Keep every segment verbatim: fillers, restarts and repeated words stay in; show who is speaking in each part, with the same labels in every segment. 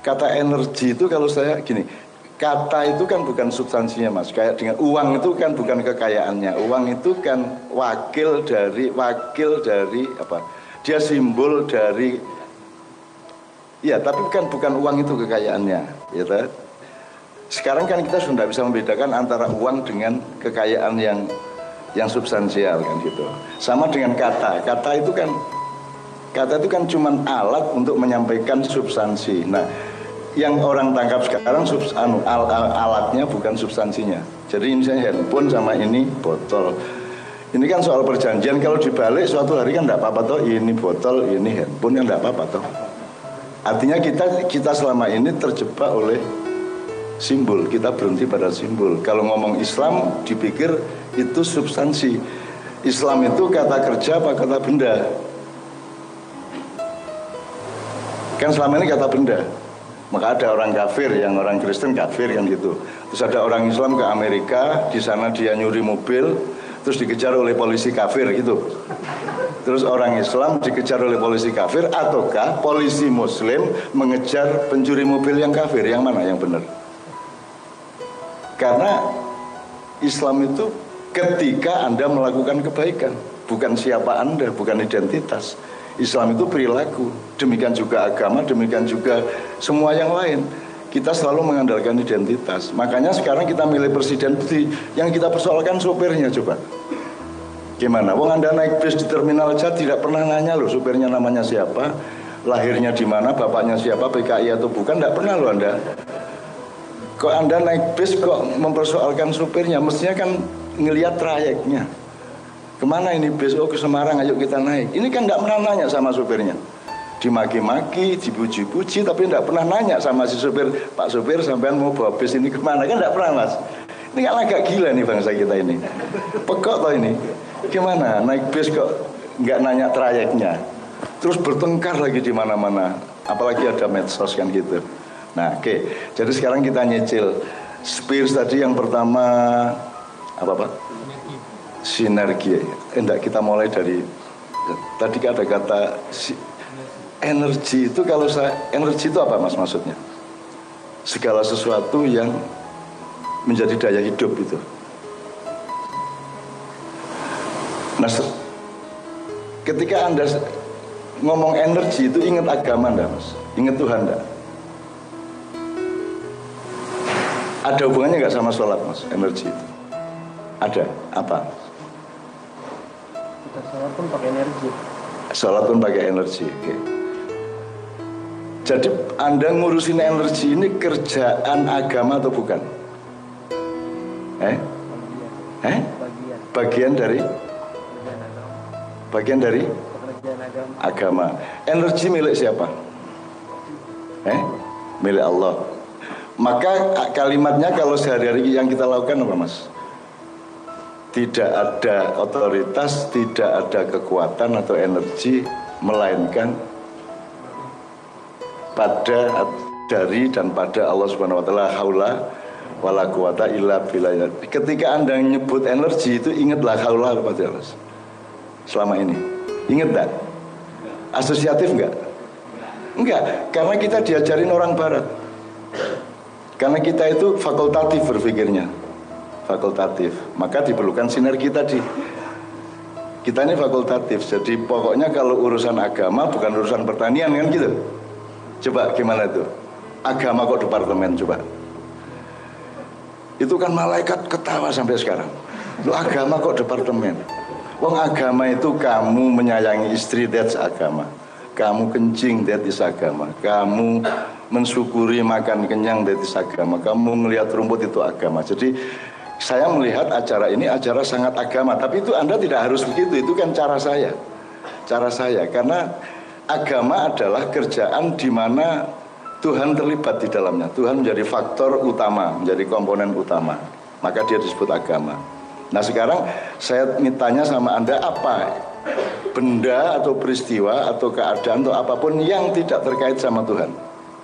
Speaker 1: kata energi itu kalau saya gini, kata itu kan bukan substansinya mas. Kayak dengan uang itu kan bukan kekayaannya. Uang itu kan wakil dari wakil dari apa? Dia simbol dari, ya tapi kan bukan uang itu kekayaannya, gitu. Sekarang kan kita sudah bisa membedakan antara uang dengan kekayaan yang yang substansial kan gitu. Sama dengan kata. Kata itu kan kata itu kan cuma alat untuk menyampaikan substansi. Nah, yang orang tangkap sekarang subs, anu, al, al, alatnya bukan substansinya. Jadi misalnya handphone sama ini botol. Ini kan soal perjanjian. Kalau dibalik suatu hari kan tidak apa-apa toh. Ini botol, ini handphone kan tidak apa-apa toh. Artinya kita kita selama ini terjebak oleh simbol, kita berhenti pada simbol. Kalau ngomong Islam dipikir itu substansi. Islam itu kata kerja apa kata benda? Kan selama ini kata benda. Maka ada orang kafir, yang orang Kristen kafir kan gitu. Terus ada orang Islam ke Amerika, di sana dia nyuri mobil, terus dikejar oleh polisi kafir gitu. Terus orang Islam dikejar oleh polisi kafir, ataukah polisi Muslim mengejar pencuri mobil yang kafir? Yang mana yang benar? Karena Islam itu ketika Anda melakukan kebaikan, bukan siapa Anda, bukan identitas. Islam itu perilaku, demikian juga agama, demikian juga semua yang lain. Kita selalu mengandalkan identitas. Makanya sekarang kita milih presiden, yang kita persoalkan sopirnya coba. Gimana? Wong Anda naik bis di terminal aja tidak pernah nanya loh supirnya namanya siapa, lahirnya di mana, bapaknya siapa, P K I atau bukan, tidak pernah loh Anda. Kok Anda naik bis kok mempersoalkan supirnya? Mestinya kan ngelihat trayeknya. Kemana ini bis? Oh ke Semarang, ayo kita naik. Ini kan tidak pernah nanya sama supirnya. Dimaki-maki, dipuji-puji, tapi tidak pernah nanya sama si supir. Pak supir sampean mau bawa bis ini kemana? Kan tidak pernah mas. Ini kan agak gila nih bangsa kita ini. Pekok toh ini. Gimana naik bis kok nggak nanya trayeknya? Terus bertengkar lagi di mana-mana. Apalagi ada medsos kan gitu. Nah oke, okay. Jadi sekarang kita nyicil Spears tadi yang pertama apa Pak? Sinergi. Enggak, kita mulai dari tadi ada kata si, energi itu kalau saya energi itu apa mas maksudnya? Segala sesuatu yang menjadi daya hidup itu. Nah, ketika Anda ngomong energi itu ingat agama enggak mas? Ingat Tuhan enggak? Ada hubungannya nggak sama sholat mas, energi itu? Ada, apa?
Speaker 2: Kita sholat pun pakai energi.
Speaker 1: Sholat pun pakai energi, oke. Okay. Jadi Anda ngurusin energi ini kerjaan agama atau bukan? Eh?
Speaker 2: Bagian.
Speaker 1: Eh?
Speaker 2: Bagian.
Speaker 1: Bagian dari? Bagian dari?
Speaker 2: Pekerjaan agama.
Speaker 1: Agama. Energi milik siapa? Eh? Milik Allah. Maka kalimatnya kalau sehari-hari yang kita lakukan apa mas? Tidak ada otoritas, tidak ada kekuatan atau energi, melainkan pada, dari dan pada Allah Subhanahu Wa Taala. Haula wala quwata illa billah. Ketika Anda nyebut energi itu ingatlah haula wala quwata illa billah. Selama ini ingat tak? Asosiatif enggak? Enggak, karena kita diajarin orang barat. Karena kita itu fakultatif berpikirnya, fakultatif, maka diperlukan sinergi tadi. Kita ini fakultatif, jadi pokoknya kalau urusan agama bukan urusan pertanian kan gitu. Coba gimana itu? Agama kok departemen coba? Itu kan malaikat ketawa sampai sekarang. Lu agama kok departemen? Wong agama itu kamu menyayangi istri, that's agama. Kamu kencing, that is agama. Kamu mensyukuri makan kenyang, that is agama. Kamu melihat rumput, itu agama. Jadi saya melihat acara ini acara sangat agama. Tapi itu Anda tidak harus begitu. Itu kan cara saya. Cara saya. Karena agama adalah kerjaan di mana Tuhan terlibat di dalamnya. Tuhan menjadi faktor utama, menjadi komponen utama. Maka dia disebut agama. Nah sekarang saya tanya sama Anda, apa benda atau peristiwa atau keadaan atau apapun yang tidak terkait sama Tuhan?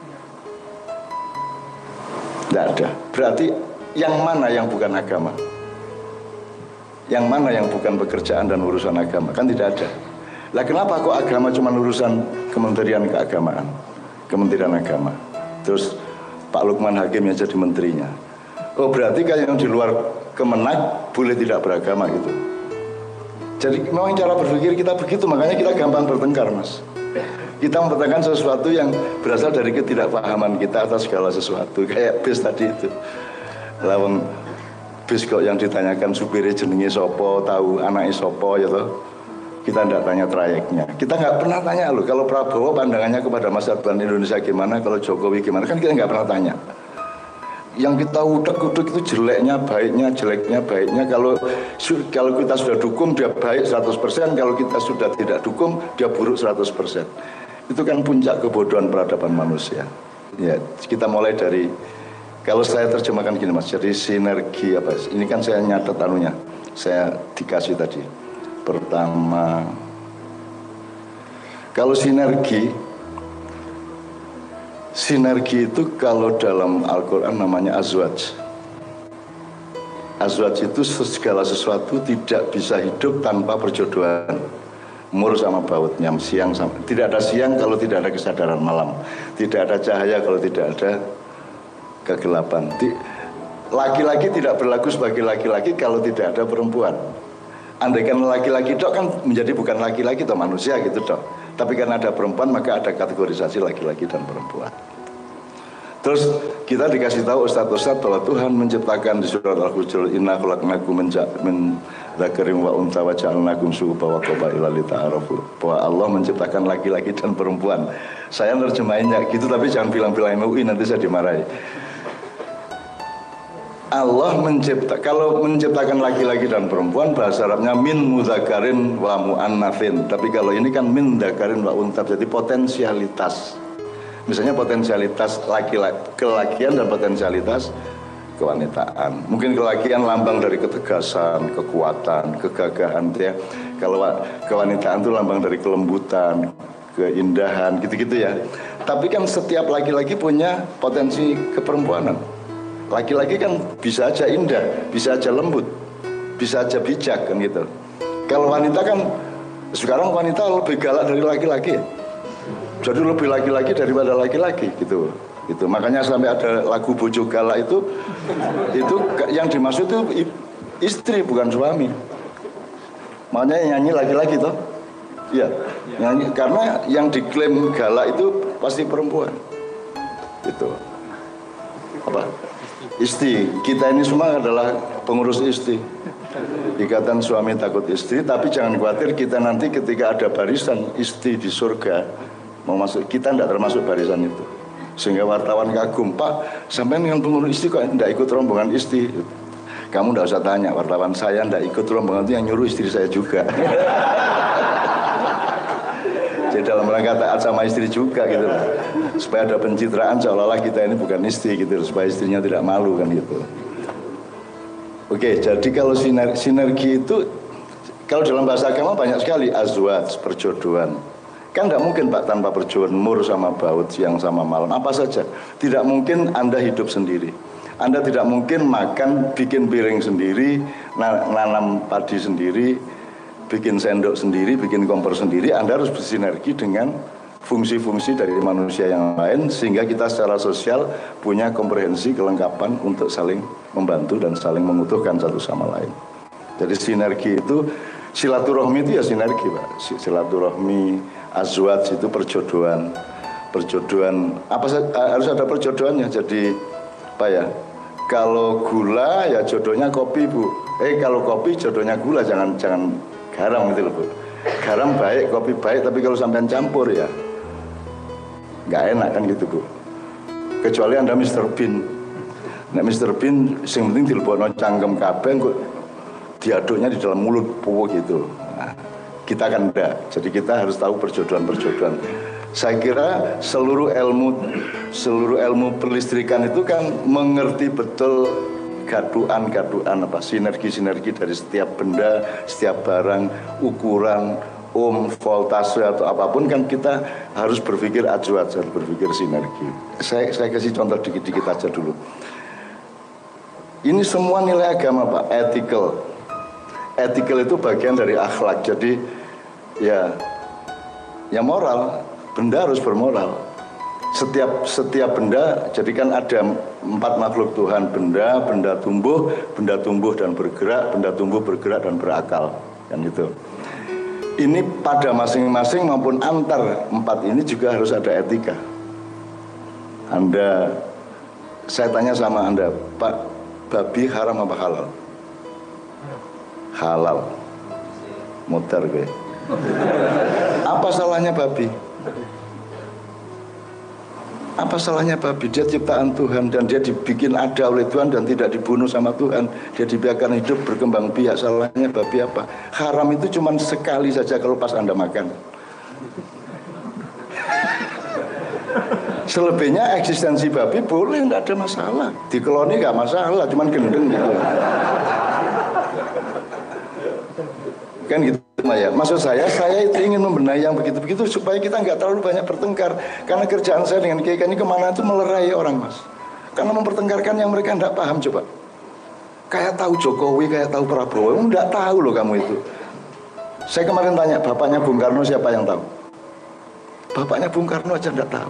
Speaker 1: Tidak ada. Berarti yang mana yang bukan agama? Yang mana yang bukan pekerjaan dan urusan agama? Kan tidak ada. Lah kenapa kok agama cuma urusan Kementerian Keagamaan, Kementerian Agama? terus Pak Lukman Hakim yang jadi menterinya. Oh berarti kayak yang di luar Kemenak boleh tidak beragama gitu. Jadi memang cara berpikir kita begitu, makanya kita gampang bertengkar, Mas. Kita mempertahankan sesuatu yang berasal dari ketidakpahaman kita atas segala sesuatu. Kayak bis tadi itu, lawang bis kok yang ditanyakan supirnya jenenge sopo, tahu anaknya sopo ya toh. Kita tidak tanya trayeknya. Kita nggak pernah tanya loh. Kalau Prabowo pandangannya kepada masa depan Indonesia gimana, kalau Jokowi gimana, kan kita nggak pernah tanya. Yang kita utek-utek itu jeleknya, baiknya, jeleknya, baiknya. Kalau kalau kita sudah dukung dia baik seratus persen, kalau kita sudah tidak dukung dia buruk seratus persen. Itu kan puncak kebodohan peradaban manusia. Ya, kita mulai dari, kalau saya terjemahkan gini Mas, jadi sinergi apa? Ini kan saya nyatet anunya, saya dikasih tadi. Pertama, kalau sinergi, sinergi itu kalau dalam Al-Quran namanya azwaj. Azwaj itu segala sesuatu tidak bisa hidup tanpa perjodohan. Mur sama bautnya, siang sama, tidak ada siang kalau tidak ada kesadaran malam, tidak ada cahaya kalau tidak ada kegelapan. Laki-laki tidak berlaku sebagai laki-laki kalau tidak ada perempuan. Andaikan laki-laki dok kan menjadi bukan laki-laki atau manusia gitu dok. Tapi karena ada perempuan maka ada kategorisasi laki-laki dan perempuan. Terus kita dikasih tahu ustadz-ustadz bahwa Tuhan menciptakan di surat Al-Hujurat, inna khalaqnakum min dzakarin wa untha wa ja'alnakum syu'uban wa qabaila lita'arafu, bahwa Allah menciptakan laki-laki dan perempuan. Saya nerjemahinnya gitu, tapi jangan bilang-bilang M U I nanti saya dimarahi. Allah mencipta, kalau menciptakan laki-laki dan perempuan bahasa Arabnya min mudzakarin wa muannatsin, tapi kalau ini kan min dzakarin wa untha, jadi potensialitas. Misalnya potensialitas laki-laki, kelakian dan potensialitas kewanitaan. Mungkin kelakian lambang dari ketegasan, kekuatan, kegagahan ya. Kalau kewanitaan itu lambang dari kelembutan, keindahan, gitu-gitu ya. Tapi kan setiap laki-laki punya potensi keperempuanan. Laki-laki kan bisa aja indah, bisa aja lembut, bisa aja bijak kan gitu. Kalau wanita kan sekarang wanita lebih galak dari laki-laki. Jadi lebih laki-laki daripada laki-laki gitu. Itu makanya sampai ada lagu Bojo Galak itu, itu yang dimaksud itu istri bukan suami. Makanya yang nyanyi laki-laki toh. Iya, nyanyi karena yang diklaim galak itu pasti perempuan. Itu apa? Istri. Kita ini semua adalah pengurus istri. Ikatan suami takut istri, tapi jangan khawatir kita nanti ketika ada barisan istri di surga mau masuk, kita tidak termasuk barisan itu. Sehingga wartawan kagum, Pak, sampai dengan pengurus istri kok tidak ikut rombongan istri. Kamu tidak usah tanya, wartawan saya tidak ikut rombongan itu, yang nyuruh istri saya juga. Jadi dalam rangka taat sama istri juga gitu, supaya ada pencitraan seolah-olah kita ini bukan istri gitu, supaya istrinya tidak malu kan gitu. Oke, jadi kalau sinergi, sinergi itu kalau dalam bahasa agama banyak sekali, azwaj, perjodohan. Kan tidak mungkin Pak tanpa perjodohan, mur sama baut, siang sama malam, apa saja. Tidak mungkin Anda hidup sendiri. Anda tidak mungkin makan, bikin piring sendiri, nanam padi sendiri, bikin sendok sendiri, bikin kompor sendiri. Anda harus bersinergi dengan fungsi-fungsi dari manusia yang lain, sehingga kita secara sosial punya komprehensi kelengkapan untuk saling membantu dan saling mengutuhkan satu sama lain. Jadi sinergi itu, silaturahmi itu ya sinergi Pak. Silaturahmi, azwaj itu perjodohan. Perjodohan, apa harus ada perjodohannya. Jadi apa ya, kalau gula ya jodohnya kopi Bu. Eh kalau kopi jodohnya gula, jangan jangan garam gitu loh Bu. Garam baik, kopi baik, tapi kalau sampean campur ya nggak enak kan gitu Bu. Kecuali Anda mister Bean. Nek mister Bean sing penting dilebokno cangkem kabeh kok diaduknya di dalam mulut po gitu. Nah, kita kan enggak. Jadi kita harus tahu perjodohan-perjodohan. Saya kira seluruh ilmu seluruh ilmu perlistrikan itu kan mengerti betul gaduan-gaduan apa sinergi-sinergi dari setiap benda, setiap barang, ukuran, ohm, voltase atau apapun kan kita harus berpikir azwaj, harus berpikir sinergi. Saya saya kasih contoh dikit-dikit aja dulu. Ini semua nilai agama Pak, ethical. Ethical itu bagian dari akhlak. Jadi ya ya moral, benda harus bermoral. setiap setiap benda, jadi kan ada empat makhluk Tuhan, benda, benda tumbuh, benda tumbuh dan bergerak, benda tumbuh bergerak dan berakal, kan itu. Ini pada masing-masing maupun antar empat ini juga harus ada etika. Anda, saya tanya sama Anda, Pak, babi haram apa halal? Halal. Mutar gue. Apa salahnya babi? Apa salahnya babi? Dia ciptaan Tuhan dan dia dibikin ada oleh Tuhan dan tidak dibunuh sama Tuhan. Dia dibiarkan hidup berkembang biak. Salahnya babi apa? Haram itu cuma sekali saja kalau pas Anda makan. Selebihnya eksistensi babi boleh, nggak ada masalah. Dikeloni nggak masalah, cuman gendeng gitu. Kan gitu ya. Maksud saya, saya itu ingin membenahi yang begitu-begitu supaya kita nggak terlalu banyak bertengkar. Karena kerjaan saya dengan kiai ini kemana itu melerai orang, Mas. Karena mempertengkarkan yang mereka nggak paham, coba. Kayak tahu Jokowi, kayak tahu Prabowo, nggak tahu loh kamu itu. Saya kemarin tanya, bapaknya Bung Karno siapa yang tahu? Bapaknya Bung Karno aja nggak tahu.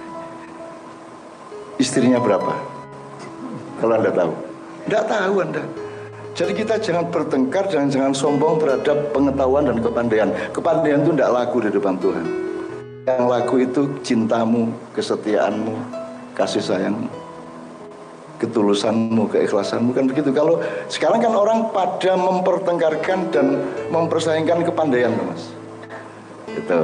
Speaker 1: Istrinya berapa? Kalau Anda tahu? Nggak tahu Anda. Jadi kita jangan bertengkar dan jangan sombong terhadap pengetahuan dan kepandaian. Kepandaian itu tidak laku di depan Tuhan. Yang laku itu cintamu, kesetiaanmu, kasih sayangmu, ketulusanmu, keikhlasanmu, kan begitu. Kalau sekarang kan orang pada mempertengkarkan dan mempersaingkan kepandaian, Mas. Itu.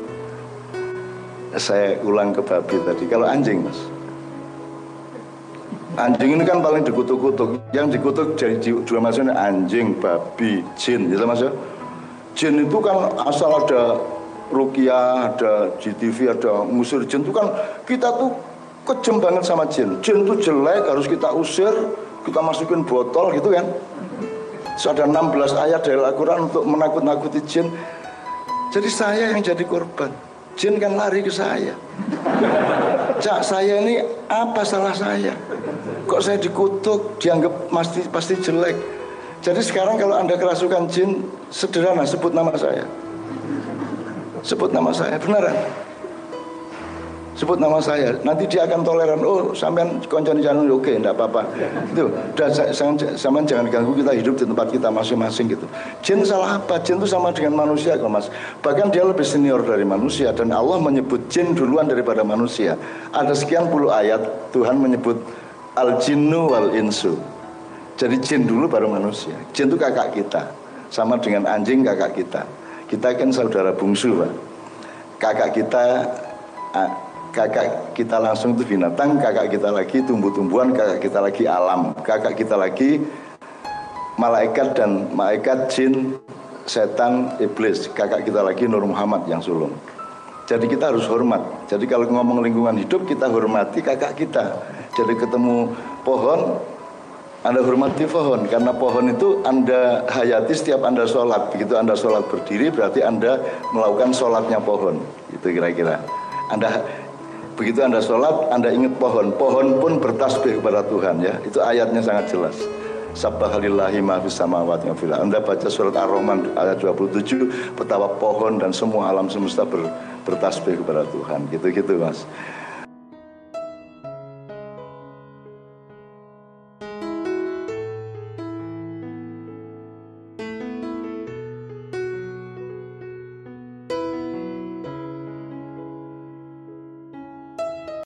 Speaker 1: Saya ulang ke babi tadi. Kalau anjing, Mas. Anjing ini kan paling dikutuk-kutuk. Yang dikutuk jadi dua maksudnya anjing, babi, jin, gitu Mas ya. Jin itu kan asal ada ruqyah, ada G T V, ada ngusir jin itu kan kita tuh kejem banget sama jin. Jin itu jelek, harus kita usir, kita masukin botol gitu kan. So, ada enam belas ayat dari Al-Quran untuk menakut-nakuti jin. Jadi saya yang jadi korban. Jin kan lari ke saya. Cak, saya ini apa salah saya? Kok saya dikutuk, dianggap pasti, pasti jelek. Jadi sekarang kalau Anda kerasukan jin, sederhana, sebut nama saya. Sebut nama saya, beneran. Sebut nama saya, nanti dia akan toleran. Oh, sampean konconi jangan, oke, enggak apa-apa. Itu, udah sampean jangan ganggu, kita hidup di tempat kita masing-masing gitu. Jin salah apa? Jin itu sama dengan manusia kok, Mas. Bahkan dia lebih senior dari manusia dan Allah menyebut jin duluan daripada manusia. Ada sekian puluh ayat Tuhan menyebut al-jinnu wal insu. Jadi jin dulu baru manusia. Jin itu kakak kita, sama dengan anjing kakak kita. Kita kan saudara bungsu, Pak. Kakak kita kakak kita langsung itu binatang, kakak kita lagi tumbuh-tumbuhan, kakak kita lagi alam, kakak kita lagi malaikat dan malaikat, jin, setan, iblis, kakak kita lagi Nur Muhammad yang sulung. Jadi kita harus hormat. Jadi kalau ngomong lingkungan hidup, kita hormati kakak kita. Jadi ketemu pohon, Anda hormati pohon, karena pohon itu Anda hayati setiap Anda sholat. Begitu Anda sholat berdiri, berarti Anda melakukan sholatnya pohon. Itu kira-kira. Anda begitu Anda sholat, Anda ingat pohon. Pohon pun bertasbih kepada Tuhan, ya. Itu ayatnya sangat jelas. Sabbahalillahi ma fis samawati wa fil ardh. Anda baca surat Ar-Rahman ayat dua puluh tujuh, betapa pohon dan semua alam semesta ber, bertasbih kepada Tuhan. Gitu-gitu, Mas.